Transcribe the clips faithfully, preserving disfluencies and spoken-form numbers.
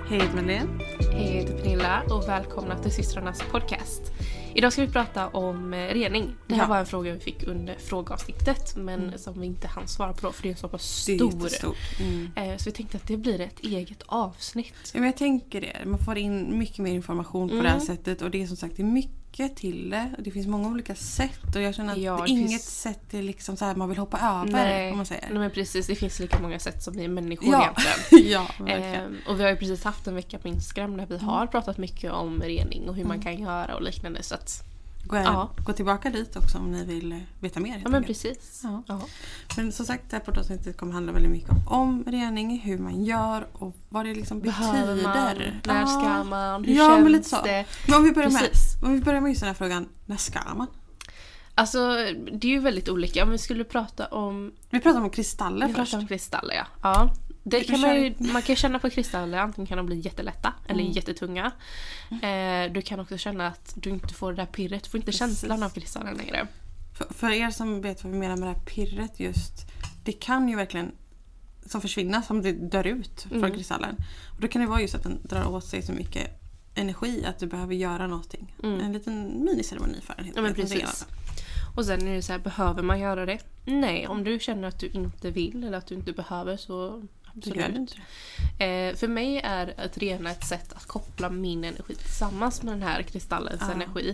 Hej, jag heter Madeleine. Hej, jag heter Pernilla och välkomna till systrarnas podcast. Idag ska vi prata om rening. Det här ja. var en fråga vi fick under frågeavsnittet men mm. som vi inte hann svara på för det är så pass stor. Mm. Så vi tänkte att det blir ett eget avsnitt. Ja, men jag tänker det. Man får in mycket mer information på mm. det här sättet och det är som sagt det är mycket till det. Det finns många olika sätt och jag känner att ja, det inget finns... sätt är liksom så här man vill hoppa över. Nej, om man säger. Nej men precis, det finns lika många sätt som vi är människor ja. egentligen. ja, verkligen. Eh, och vi har ju precis haft en vecka på Instagram där vi har mm. pratat mycket om rening och hur mm. man kan göra och liknande så att Gå, ja. gå tillbaka dit också om ni vill veta mer. Ja men precis. Ja. Ja. Men som sagt, det här poddavsnittet kommer handla väldigt mycket om rening, hur man gör och vad det liksom Behöver betyder. Man, när ja. ska man? Hur ja, känns men lite så. det? Men om vi börjar med, om vi börjar med just den här frågan, när ska man? Alltså, det är ju väldigt olika. Om vi skulle prata om... Vi pratar om kristaller vi först. Vi pratar om kristaller, ja. ja. Det kan man, ju, man kan känna på kristaller, antingen kan de bli jättelätta eller mm. jättetunga. Eh, du kan också känna att du inte får det där pirret, du får inte Precis. känslan av kristallen längre. För, för er som vet vad vi menar med det här pirret just, det kan ju verkligen som försvinna, som det dör ut mm. från kristallen. Och då kan det vara just att den drar åt sig så mycket energi att du behöver göra någonting. Mm. En liten miniceremoni för den. Ja, men precis. Och sen är det så här, behöver man göra det? Nej, om du känner att du inte vill eller att du inte behöver så absolut. Eh, för mig är att rena ett sätt att koppla min energi tillsammans med den här kristallens ah. energi.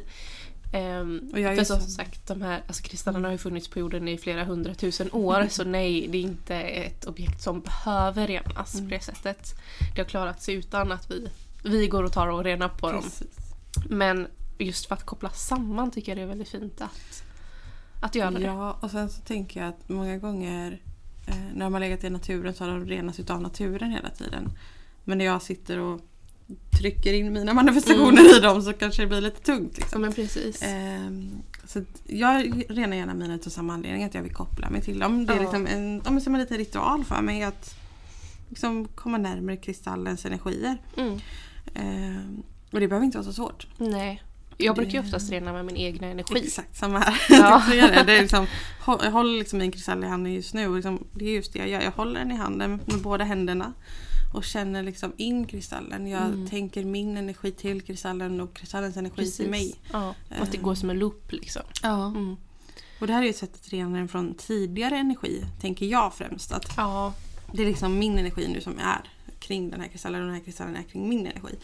Um, och jag för som sagt, de här alltså kristallerna har ju funnits på jorden i flera hundratusen år mm. så nej, det är inte ett objekt som behöver renas mm. på det sättet. Det har klarat sig utan att vi, vi går och tar och renar på Precis. dem. Men just för att koppla samman tycker jag det är väldigt fint att, att göra det. Ja, och sen så tänker jag att många gånger eh, när man har legat i naturen så har de renas utav naturen hela tiden. Men när jag sitter och trycker in mina manifestationer mm. i dem så kanske det blir lite tungt. Liksom. Ja, men precis. Eh, så jag renar gärna mina utav samma anledning att jag vill koppla mig till dem. Det är ja. liksom en, om som en liten ritual för mig att liksom komma närmare kristallens energier. Mm. Eh, och det behöver inte vara så svårt. Nej. Jag brukar ju oftast rena med min egna energi. Exakt, samma här. Ja. det är liksom, jag håller liksom min kristall i handen just nu. Och liksom, det är just det jag gör. Jag håller den i handen med båda händerna. Och känner liksom in kristallen. Jag mm. tänker min energi till kristallen och kristallens energi Precis. till mig. Ja, och att det går som en loop liksom. Ja. Mm. Och det här är ju ett sätt att rena den från tidigare energi, tänker jag främst. Att ja. Det är liksom min energi nu som är kring den här kristallen och den här kristallen är kring min energi.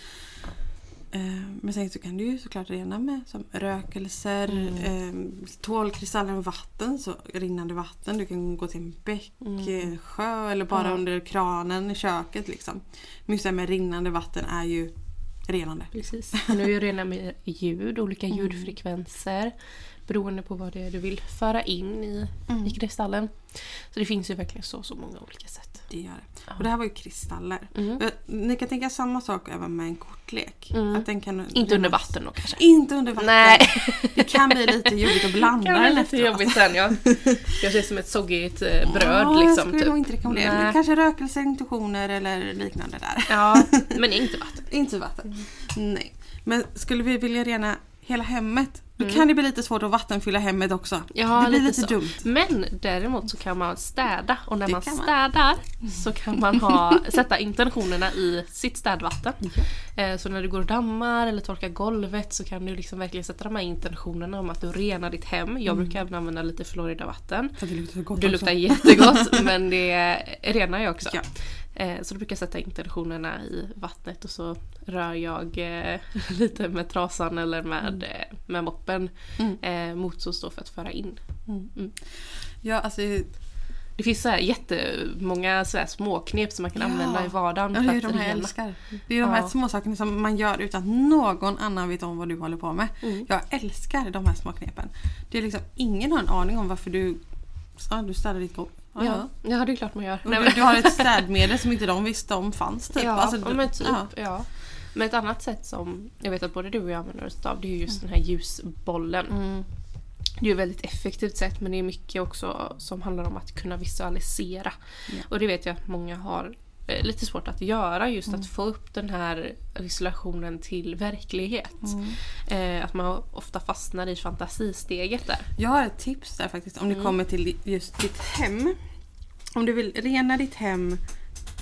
Men sen så kan du ju såklart rena med som rökelser, mm. eh, tål kristallen vatten, så rinnande vatten. Du kan gå till en bäck, mm. sjö eller bara ja. under kranen i köket liksom. Men just det med rinnande vatten är ju renande. Precis. Nu är ju rena med ljud, olika mm. ljudfrekvenser beroende på vad det är du vill föra in i, mm. i kristallen. Så det finns ju verkligen så, så många olika sätt. Det gör det. Ja. Och det här var ju kristaller. Mm. Ni kan tänka samma sak även med en kortlek. Mm. Att den kan, inte under vatten då kanske. Inte under vatten. Nej. Det kan bli lite jobbigt att blanda den. Det kan bli lite jobbigt sen, ja. Jag ser som ett soggigt bröd ja, liksom. Jag skulle typ. nog inte rekommendera. Men kanske rökelser, intuitioner eller liknande där. Ja, men inte vatten. Inte vatten. Mm. Nej. Men skulle vi vilja rena hela hemmet, då mm. kan det bli lite svårt att vattenfylla hemmet också. Ja, det blir lite, lite dumt. Men däremot så kan man städa. Och när det man man. städar så kan man ha, sätta intentionerna i sitt städvatten. Mm. Så när du går och dammar eller torkar golvet så kan du liksom verkligen sätta de här intentionerna om att du renar ditt hem. Jag mm. brukar även använda lite Florida vatten. För det luktar gott. Det luktar jättegott men det renar jag också. Ja. Så då brukar jag sätta intentionerna i vattnet och så rör jag eh, lite med trasan eller med, mm. eh, med moppen mm. eh, mot så står för att föra in. Mm. Mm. Ja, alltså... Det finns så här jättemånga så här små knep som man kan ja. använda i vardagen. Ja, det är de här älskar. Det är de här ja. små sakerna som man gör utan att någon annan vet om vad du håller på med. Mm. Jag älskar de här små knepen. Det är liksom, ingen har en aning om varför du, ja, du städar ditt golv. Ja, ja. ja, det är klart man gör. Nej, men... Du har ett städmedel som inte de visste om fanns typ. Ja, alltså, men typ, ja. ja. Men ett annat sätt som jag vet att både du och jag använder oss av, det är just mm. den här ljusbollen. Mm. Det är ju ett väldigt effektivt sätt, men det är mycket också som handlar om att kunna visualisera. Ja. Och det vet jag att många har eh, lite svårt att göra, just mm. att få upp den här visualisationen till verklighet. Mm. Eh, att man ofta fastnar i fantasisteget där. Jag har ett tips där faktiskt, om mm. du kommer till just ditt hem. Om du vill rena ditt hem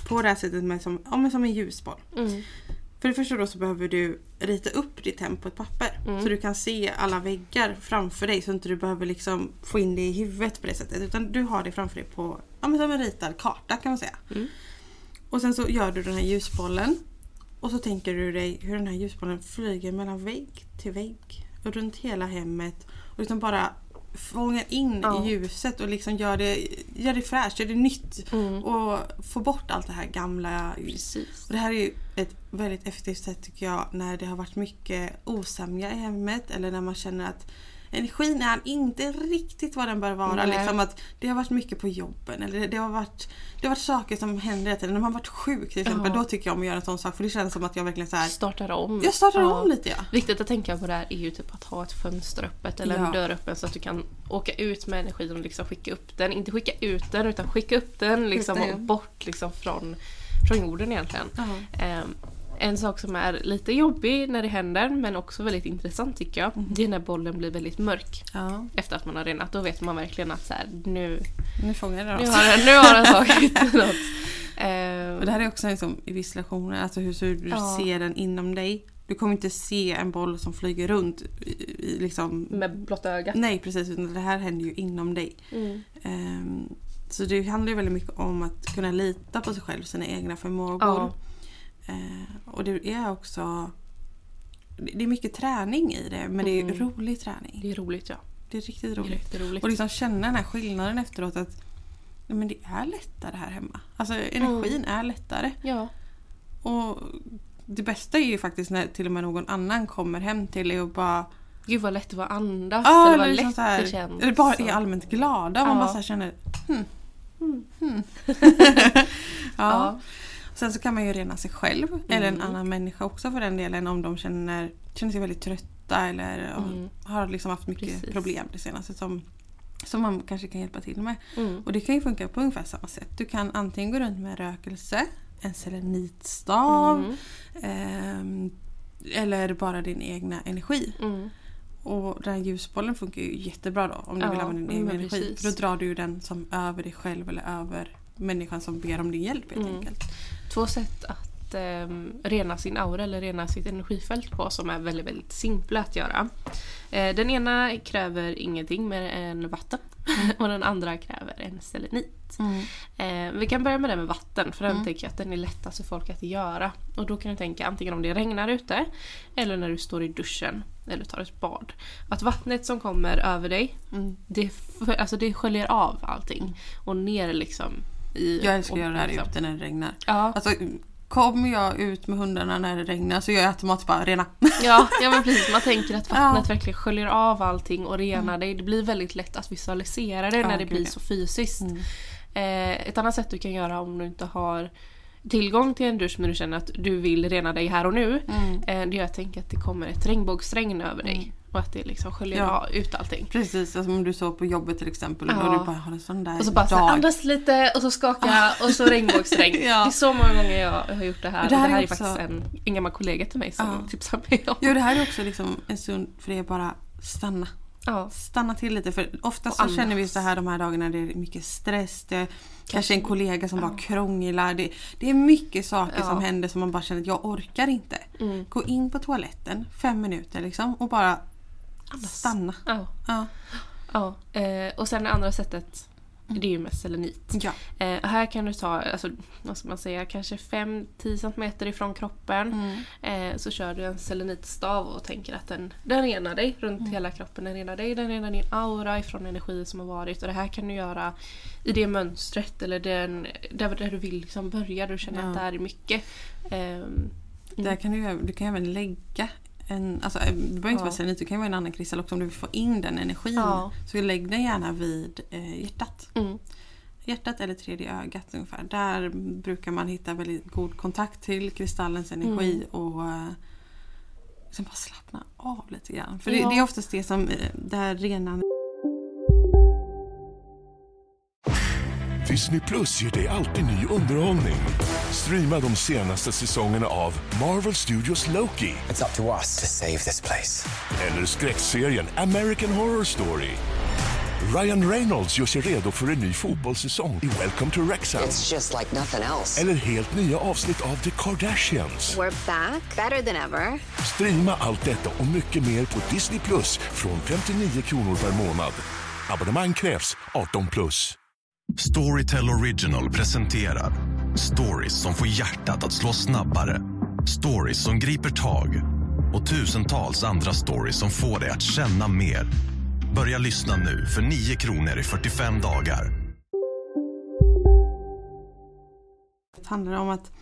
på det här sättet med som, ja, men som en ljusboll. Mm. För det första då så behöver du rita upp ditt hem på ett papper. Mm. Så du kan se alla väggar framför dig. Så inte du behöver liksom få in det i huvudet på det sättet. Utan du har det framför dig på, ja, men som en ritad karta kan man säga. Mm. Och sen så gör du den här ljusbollen. Och så tänker du dig hur den här ljusbollen flyger mellan vägg till vägg. Och runt hela hemmet. Och liksom bara fångar in ja. i ljuset och liksom gör det, gör det fräscht, gör det nytt. Mm. Och får bort allt det här gamla. Precis. Och det här är ju ett väldigt effektivt sätt tycker jag när det har varit mycket osämja i hemmet. Eller när man känner att energin är inte riktigt vad den bör vara. Liksom att det har varit mycket på jobben. Eller det har varit, det har varit saker som händer. Eller när man har varit sjuk till exempel. Ja. Då tycker jag om att göra en sån sak. För det känns som att jag verkligen så här startar om. Jag startar ja. om lite, ja. Viktigt att tänka på det här är ju typ att ha ett fönster öppet. Eller ja. en dörr öppen så att du kan åka ut med energin och liksom skicka upp den. Inte skicka ut den utan skicka upp den liksom upp den, ja. bort liksom från, från jorden egentligen. Uh-huh. Um, En sak som är lite jobbig när det händer men också väldigt intressant tycker jag. Mm. Det är när bollen blir väldigt mörk. Ja. Efter att man har renat. Då vet man verkligen att så här, nu, nu fångar det nu har, nu har den tagit något. Uh, och det här är också liksom i visualisationer. Alltså hur, hur du ja. ser den inom dig. Du kommer inte se en boll som flyger runt i, liksom, med blotta ögat. Nej, precis. Det här händer ju inom dig. Mm. Um, så det handlar ju väldigt mycket om att kunna lita på sig själv. Sina egna förmågor. Ja. Uh, och det är också det är mycket träning i det men det är mm. rolig träning. Det är roligt, ja. Det är riktigt roligt. Det är roligt. Och liksom känna den här skillnaden efteråt att nej, men det är lättare här hemma. Alltså energin mm. är lättare. Ja. Och det bästa är ju faktiskt när till och med någon annan kommer hem till dig och bara gud vad lätt det var att andas. Ja, eller vad liksom lätt här, det känns. Eller bara är allmänt glada. Ja. Man bara så här känner hmm. Mm. Hmm. ja. ja. Sen så kan man ju rena sig själv. Mm. Eller en annan människa också för den delen. Om de känner, känner sig väldigt trötta. Eller mm. har liksom haft mycket Precis. problem det senaste. Som, som man kanske kan hjälpa till med. Mm. Och det kan ju funka på ungefär samma sätt. Du kan antingen gå runt med rökelse. En selenitstav. Mm. Eh, eller bara din egna energi. Mm. Och den här ljusbollen funkar ju jättebra då. Om du ja, vill använda din egen energi. Precis. För då drar du den som över dig själv. Eller över människan som ber om din hjälp helt mm. enkelt. Två sätt att eh, rena sin aura eller rena sitt energifält på som är väldigt, väldigt simpla att göra. Eh, den ena kräver ingenting mer än vatten mm. och den andra kräver en selenit. Mm. Eh, vi kan börja med det med vatten för den mm. tänker jag att den är lättast för folk att göra. Och då kan du tänka antingen om det regnar ute eller när du står i duschen eller tar ett bad. Att vattnet som kommer över dig mm. det, alltså det sköljer av allting mm. och ner liksom I, jag älskar att göra det här ute när det regnar. Ja. Alltså, kommer jag ut med hundarna när det regnar så gör jag automatiskt bara rena. Ja, ja men precis. Man tänker att vattnet ja. verkligen sköljer av allting och renar mm. dig. Det blir väldigt lätt att visualisera det ja, när det blir så fysiskt. Mm. Eh, ett annat sätt du kan göra om du inte har tillgång till en dusch men du känner att du vill rena dig här och nu. Mm. Eh, det är att tänka att det kommer ett regnbågsregn över dig. Mm. Och att det liksom sköljer ja. ut allting. Precis, alltså om du så på jobbet till exempel. Ja. Och du bara har en sån där och så bara dag. Så andas lite och så skaka ah. och så regnbågsregn. ja. Det är så många gånger jag har gjort det här. Det här, och det här är, också... är faktiskt en, en gammal kollega till mig som ja. tipsar mig om. Jo, det här är också liksom en stund för det är bara stanna. Ja. Stanna till lite. För ofta så känner vi så här de här dagarna det är mycket stress. Det är kanske, kanske en kollega som ja. bara krånglar. Det, det är mycket saker ja. som händer som man bara känner att jag orkar inte. Mm. Gå in på toaletten fem minuter liksom och bara Andas. stanna. Ja. Ja. ja. Eh, och sen det andra sättet mm. det är ju med selenit. Ja. Eh, här kan du ta, alltså, vad ska man säga, kanske fem till tio centimeter ifrån kroppen. Mm. Eh, så kör du en selenitstav och tänker att den, den renar dig runt mm. hela kroppen. Den renar dig, den renar din aura ifrån energi som har varit. Och det här kan du göra i det mönstret eller den, där, där du vill liksom börja. Du känner ja. att det här är mycket. Eh, mm. Där kan du, du kan även lägga En, alltså, det behöver inte vara selenit, det kan ju vara en annan kristall också om du vill få in den energin. Ja. Så lägg den gärna vid eh, hjärtat. Mm. Hjärtat eller tredje ögat ungefär. Där brukar man hitta väldigt god kontakt till kristallens energi mm. och eh, sen bara slappna av lite grann. För ja. det, det är oftast det som eh, där renan. Disney Plus ger dig alltid ny underhållning. Streama de senaste säsongerna av Marvel Studios Loki. It's up to us to save this place. Eller skräckserien American Horror Story. Ryan Reynolds gör sig redo för en ny fotbollssäsong i Welcome to Wrexham. It's just like nothing else. Eller helt nya avsnitt av The Kardashians. We're back, better than ever. Streama allt detta och mycket mer på Disney Plus från femtionio kronor per månad. Abonnemang krävs arton plus. Storytel Original presenterar stories som får hjärtat att slå snabbare. Stories som griper tag. Och tusentals andra stories som får dig att känna mer. Börja lyssna nu för nio kronor i fyrtiofem dagar. Det handlar om att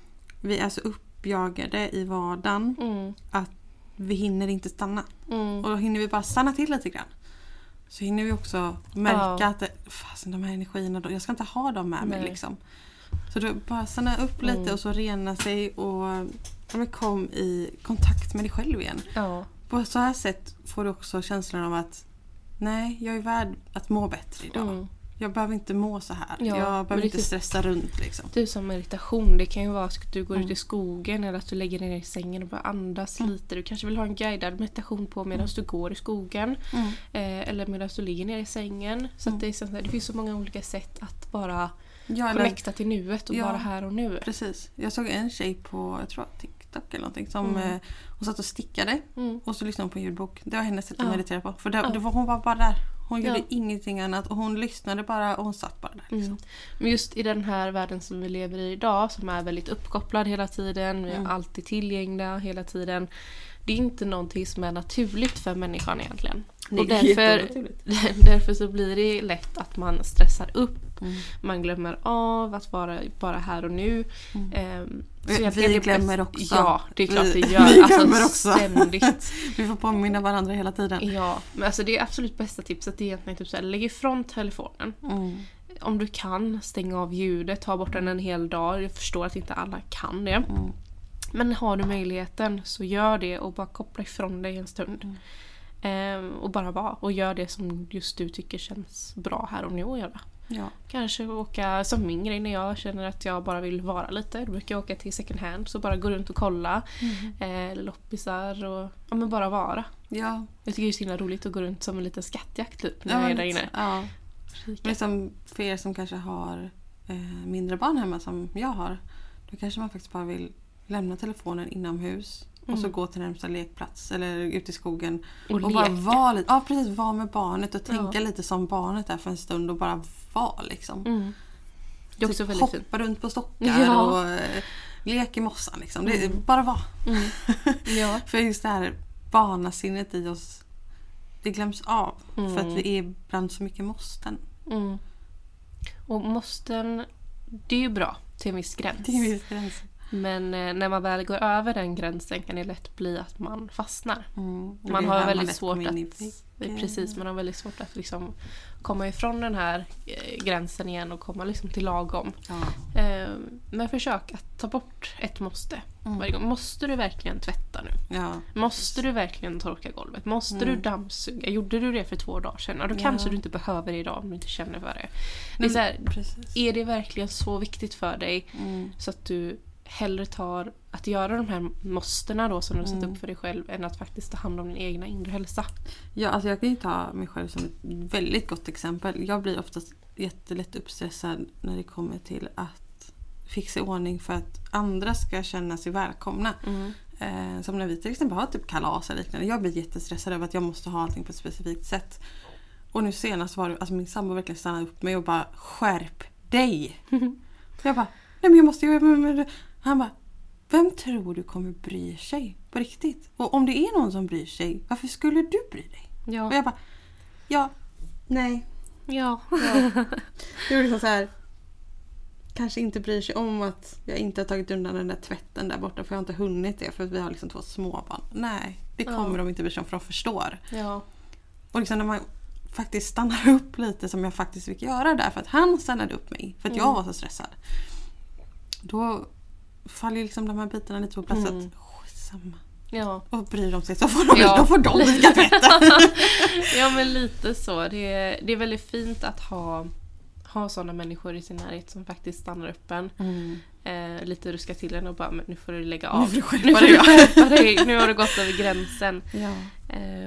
vi är så uppjagade i vardagen Mm. att vi hinner inte stanna. Mm. Och då hinner vi bara stanna till lite grann. Så hinner vi också märka Ja. att det, fasen, de här energierna, jag ska inte ha dem med mig Nej. liksom. Så då bara stanna upp lite Mm. och så rena sig och ja, men kom i kontakt med dig själv igen. Ja. På så här sätt får du också känslan av att nej, jag är värd att må bättre idag. Mm. Jag behöver inte må så här. Ja, jag men behöver det inte finns- stressa runt liksom. Det är som meditation. Det kan ju vara att du går Mm. ut i skogen eller att du lägger ner i sängen och bara andas Mm. lite. Du kanske vill ha en guidad meditation på medan du går i skogen. Mm. Eh, eller medan du ligger ner i sängen. Så Mm. att det, är så här, det finns så många olika sätt att bara Ja, eller, connecta till nuet och Ja. vara här och nu. precis. Jag såg en tjej på, jag tror TikTok eller någonting, som Mm. eh, hon satt och stickade Mm. och så lyssnade hon på en ljudbok. Det var hennes sätt att Ja. meditera på. För det, Ja. det var, hon var bara där. Hon gjorde Ja. ingenting annat och hon lyssnade bara och hon satt bara där. Liksom. Mm. Men just i den här världen som vi lever i idag, som är väldigt uppkopplad hela tiden, vi är Mm. alltid tillgängliga hela tiden. Det är inte någonting som är naturligt för människan egentligen. Det Och är därför, jättenaturligt. därför så blir det lätt att man stressar upp, Mm. man glömmer av att vara bara här och nu. Mm. Ehm, Vi- egentligen vi det bäst- glömmer också. Ja, det är klart Vi- det gör. vi Alltså, glömmer också. ständigt. Vi får påminna varandra hela tiden. Ja, men alltså det är absolut bästa tipset är egentligen typ så här, lägg ifrån telefonen. Mm. Om du kan, stäng av ljudet, ta bort den en hel dag. Jag förstår att inte alla kan det. Mm. Men har du möjligheten så gör det och bara koppla ifrån dig en stund. Mm. Ehm, och bara vara. Och gör det som just du tycker känns bra här och nu att göra. Ja. Kanske åka, som min grej när jag känner att jag bara vill vara lite. Då brukar jag åka till second hand. Så bara gå runt och kolla. Mm. Eh, eller loppisar och ja, men bara vara. Ja. Jag tycker det är så himla roligt att gå runt som en liten skattjakt typ, när Ja, jag är men där lite- inne. Ja. Kika. Men som för er som kanske har eh, mindre barn hemma som jag har, då kanske man faktiskt bara vill lämna telefonen inomhus och så Mm. gå till närmsta lekplats eller ut i skogen Och, och leka. bara vara lite, ja precis, vara med barnet och tänka Ja. lite som barnet är för en stund och bara vara liksom. Mm. Det är också Typ väldigt hoppa fint. runt på stockar Ja. och eh, leka i mossan liksom. Det är Mm. bara vara. Mm. Ja. För just det här barnasinnet i oss, det glöms av Mm. för att vi är bland så mycket måsten. Mm. Och måsten, det är ju bra till en viss gräns. Det är ju gränsen. Men eh, när man väl går över den gränsen kan det lätt bli att man fastnar. Mm. Och Man det är har här väldigt lätt svårt kommer in i att väggen. precis, man har väldigt svårt att liksom komma ifrån den här eh, gränsen igen och komma liksom till lagom. Ja. Eh, men försök att ta bort ett måste. Mm. Varje gång. Måste du verkligen tvätta nu? Ja. Måste du verkligen torka golvet? Måste Mm. du dammsuga? Gjorde du det för två dagar sedan? Ja, då Ja. kanske du inte behöver det idag om du inte känner för det. Det är Men- så här, Precis. är det verkligen så viktigt för dig Mm. så att du hellre tar att göra de här måstena då som du satt Mm. upp för dig själv än att faktiskt ta hand om din egna inre hälsa? Ja, alltså jag kan ju ta mig själv som ett väldigt gott exempel. Jag blir oftast jättelätt uppstressad när det kommer till att fixa i ordning för att andra ska känna sig välkomna. Mm. Eh, som när vi till exempel har typ kalas eller liknande. Jag blir jättestressad över att jag måste ha allting på ett specifikt sätt. Och nu senast var det, alltså min sambo verkligen stannade upp mig och bara, skärp dig! Så jag bara, nej men jag måste ju... Han bara, vem tror du kommer bry sig på riktigt? Och om det är någon som bryr sig, varför skulle du bry dig? Och Ja. jag bara, ja, nej. Ja. Ja. Det var liksom så här, kanske inte bryr sig om att jag inte har tagit undan den där tvätten där borta för jag har inte hunnit det för att vi har liksom två småbarn. Nej, det kommer Ja. de inte bry sig om för de förstår. Ja. Och liksom när man faktiskt stannar upp lite som jag faktiskt fick göra där för att han stannade upp mig för att jag Mm. var så stressad. Då faller liksom de här bitarna lite på plats Mm. att skitsamma. Ja. Och bryr de sig så får de, Ja. då får de ska tvätta. Ja, men lite så. Det är, det är väldigt fint att ha, ha sådana människor i sin närhet som faktiskt stannar upp en. Mm. Eh, lite ruska till en och bara, men nu får du lägga Nu av. får du skärpa nu, får dig, du ja. skärpa dig. Nu har du gått över gränsen. Ja. Eh,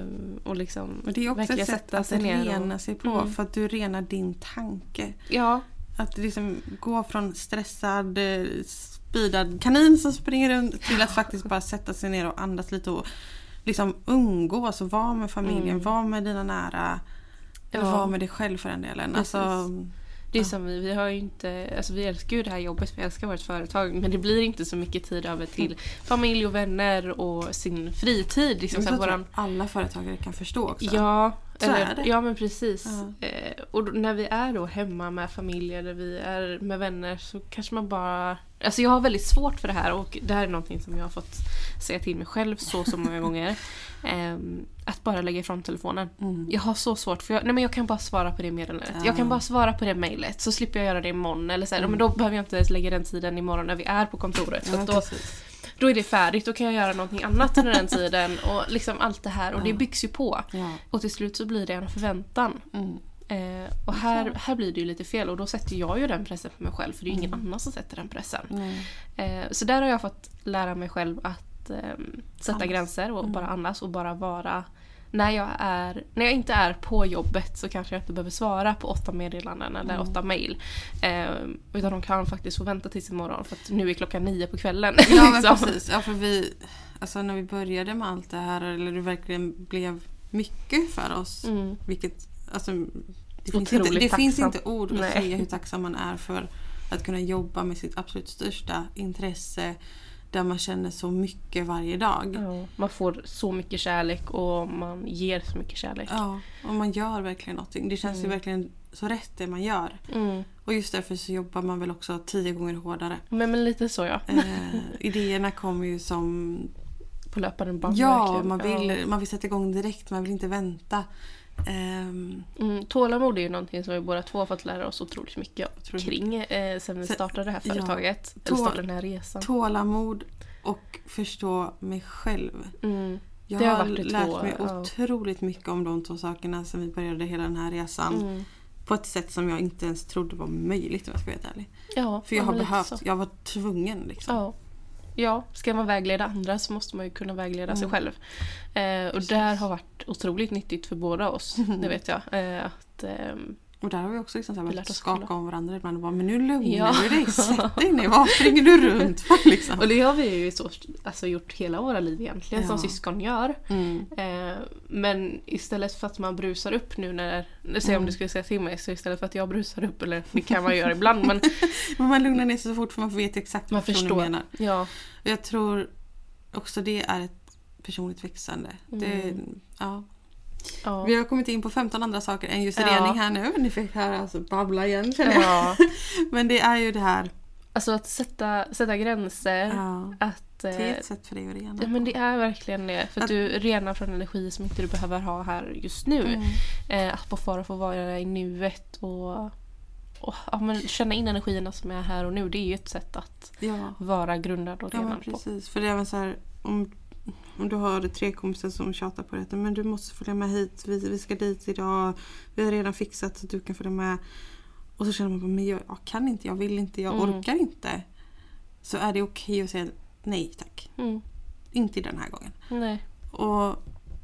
och liksom Och det är också ett verkligen sätt sätta att sig ner rena och, sig på. Mm. För att du renar din tanke. Ja, Att liksom gå från stressad, eh, speedad kanin som springer runt till att faktiskt bara sätta sig ner och andas lite och liksom umgås och vara med familjen, Mm. vara med dina nära eller Ja. vara med dig själv för den delen. Precis. Alltså, det är Ja. som vi, vi har ju inte, alltså vi älskar ju det här jobbet, vi älskar vårt företag, men det blir inte så mycket tid över till familj och vänner och sin fritid. Liksom, så jag här, tror våran, att alla företagare kan förstå också. ja, Så eller, är det. ja, men precis. Ja. Eh, och då, när vi är då hemma med familj eller vi är med vänner så kanske man bara... Alltså jag har väldigt svårt för det här och det här är någonting som jag har fått säga till mig själv så så många gånger. Eh, att bara lägga ifrån telefonen. Mm. Jag har så svårt för jag, nej men jag kan bara svara på det meddelandet. Ja. Jag kan bara svara på det mejlet så slipper jag göra det imorgon. Eller så här, Mm. men då behöver jag inte ens lägga den tiden imorgon när vi är på kontoret. För Ja, att då, precis. då är det färdigt, då kan jag göra någonting annat under den tiden. Och liksom allt det här. Och det Ja. byggs ju på. Ja. Och till slut så blir det en förväntan. Mm. Eh, och här, här blir det ju lite fel. Och då sätter jag ju den pressen på mig själv. För det är ju ingen Mm. annan som sätter den pressen. Nej. Eh, så där har jag fått lära mig själv att eh, sätta Andas. gränser. Och Mm. bara andas och bara vara... När jag, är, när jag inte är på jobbet så kanske jag inte behöver svara på åtta meddelanden eller Mm. åtta mejl. Eh, utan de kan faktiskt få vänta tills imorgon för att nu är klockan nio på kvällen. Ja, men liksom. precis. Ja, för vi, alltså när vi började med allt det här, eller det verkligen blev mycket för oss, Mm. vilket, alltså, det, finns inte, Otroligt det finns tacksam. inte ord att Nej. säga hur tacksam man är för att kunna jobba med sitt absolut största intresse, där man känner så mycket varje dag. Ja, man får så mycket kärlek och man ger så mycket kärlek. Ja, och man gör verkligen någonting. Det känns Mm. ju verkligen så rätt det man gör. Mm. Och just därför så jobbar man väl också tio gånger hårdare. Men, men lite så ja. Eh, idéerna kommer ju som... På löpande band. Ja, verkligen. man vill, Ja. man vill sätta igång direkt. Man vill inte vänta. Ehm, Mm, tålamod är ju någonting som vi båda två har fått lära oss otroligt mycket Otroligt kring eh, sen vi Sen- startade det här ja. företaget. Tål- Eller startade den här resan. tålamod och förstå mig själv. Mm. Jag Det har har, varit det lärt två, mig ja. otroligt mycket om de två sakerna sen vi började hela den här resan. Mm. På ett sätt som jag inte ens trodde var möjligt, om jag ska vara helt ärlig. Ja, För jag ja, har men lite behövt, så. jag var tvungen liksom. Ja. Ja, ska man vägleda andra så måste man ju kunna vägleda sig Mm. själv. Eh, och Precis. där har varit otroligt nyttigt för båda oss, det vet jag. Eh, att, ehm, Och där har vi också liksom så här Vi börjat lärt oss skaka kolla. om varandra ibland och bara, men nu lugnar Ja. du dig, sätt dig ner, vad springer du runt för liksom? och det har vi ju så, alltså, gjort hela våra liv egentligen, Ja. som syskon gör. Mm. Eh, men istället för att man brusar upp nu när, nu ser jag om Mm. du skulle säga till mig, så istället för att jag brusar upp, eller det kan man göra ibland, men Men man lugnar ner sig så fort för man vet exakt man vad personen förstår. menar. Ja, Och jag tror också det är ett personligt växande. Det, Mm. ja. ja. Vi har kommit in på femton andra saker än just Ja. rening här nu. Ni fick höra alltså babbla igen, känner jag. ja. Men det är ju det här. Alltså att sätta, sätta gränser, Ja, att det är eh, ett sätt för dig att rena. ja, men det är verkligen det. För att Att- du renar från energi som inte du behöver ha här just nu. Mm. Eh, att bara få, få vara i nuet och, och ja, men känna in energierna som är här och nu. Det är ju ett sätt att Ja. vara grundad och Ja, men renad på. precis. För det är även så här, om, om du har tre kompisar som tjatar på det, men du måste följa med hit, vi, vi ska dit idag, vi har redan fixat så att du kan följa med. Och så känner man bara, men jag, jag kan inte, jag vill inte, jag Mm. orkar inte. Så är det okej att säga nej tack. Mm. Inte den här gången. Nej. Och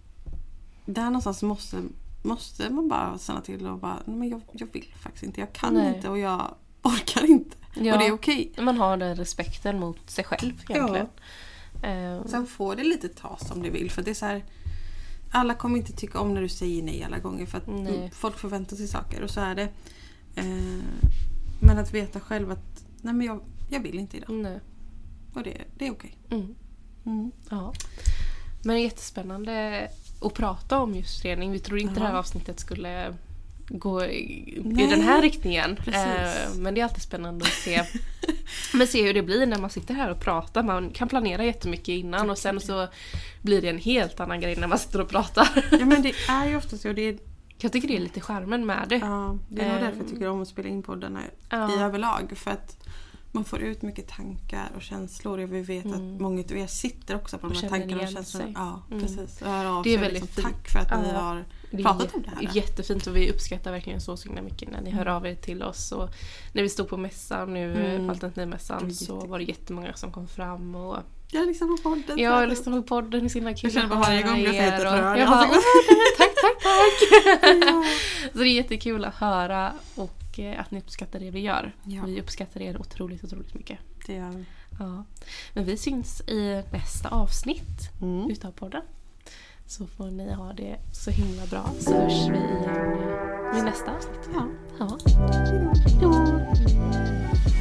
där någonstans måste, måste man bara stanna till och bara, nej, men jag, jag vill faktiskt inte, jag kan Nej. inte och jag orkar inte. Ja. Och det är okej. Man har den respekten mot sig själv egentligen. Eh, Sen får det lite ta som det vill. För det är så här, alla kommer inte tycka om när du säger nej alla gånger. För att Nej. folk förväntar sig saker. Och så är det. Eh, men att veta själv att nej men jag, jag vill inte idag. nej. Och det, det är okej. Mm. Mm. Ja. Men det är jättespännande att prata om just rening. Vi tror inte Ja. det här avsnittet skulle gå i, i Nej. den här riktningen. Precis. Eh, men det är alltid spännande att se, men se hur det blir när man sitter här och pratar. Man kan planera jättemycket innan och sen så blir det en helt annan grej när man sitter och pratar. Ja men det är ju ofta så. Det är, Jag tycker det är lite charmen med det. ja, det är nog Eh. därför jag tycker om att spela in poddarna Ja. i överlag. För att man får ut mycket tankar och känslor. Och vi vet Mm. att många av er sitter också på de Och här känner tankarna och igen känslorna. sig. Ja, Mm. precis. Och hör av Det är sig, väldigt liksom, fint. tack för att ni Ja. har Det är pratat jä- om det här. jättefint och vi uppskattar verkligen så så himla mycket när ni hör av er till oss. Och när vi stod på mässan nu, Mm. på alternativmässan, Det var så jättekul. var det jättemånga som kom fram och Jag lyssnar på podden. Jag lyssnar på podden, det är så himla kul. Jag känner bara varje gång jag säger det, tror jag. Jag bara, åh, tack, tack, tack. Ja. Så det är jättekul att höra och eh, att ni uppskattar det vi gör. Ja. Vi uppskattar er otroligt, otroligt mycket. Det gör vi. Ja. Men vi syns i nästa avsnitt Mm. utav podden. Så får ni ha det så himla bra, så hörs vi igen i nästa avsnitt. Ja. Ja. Hejdå.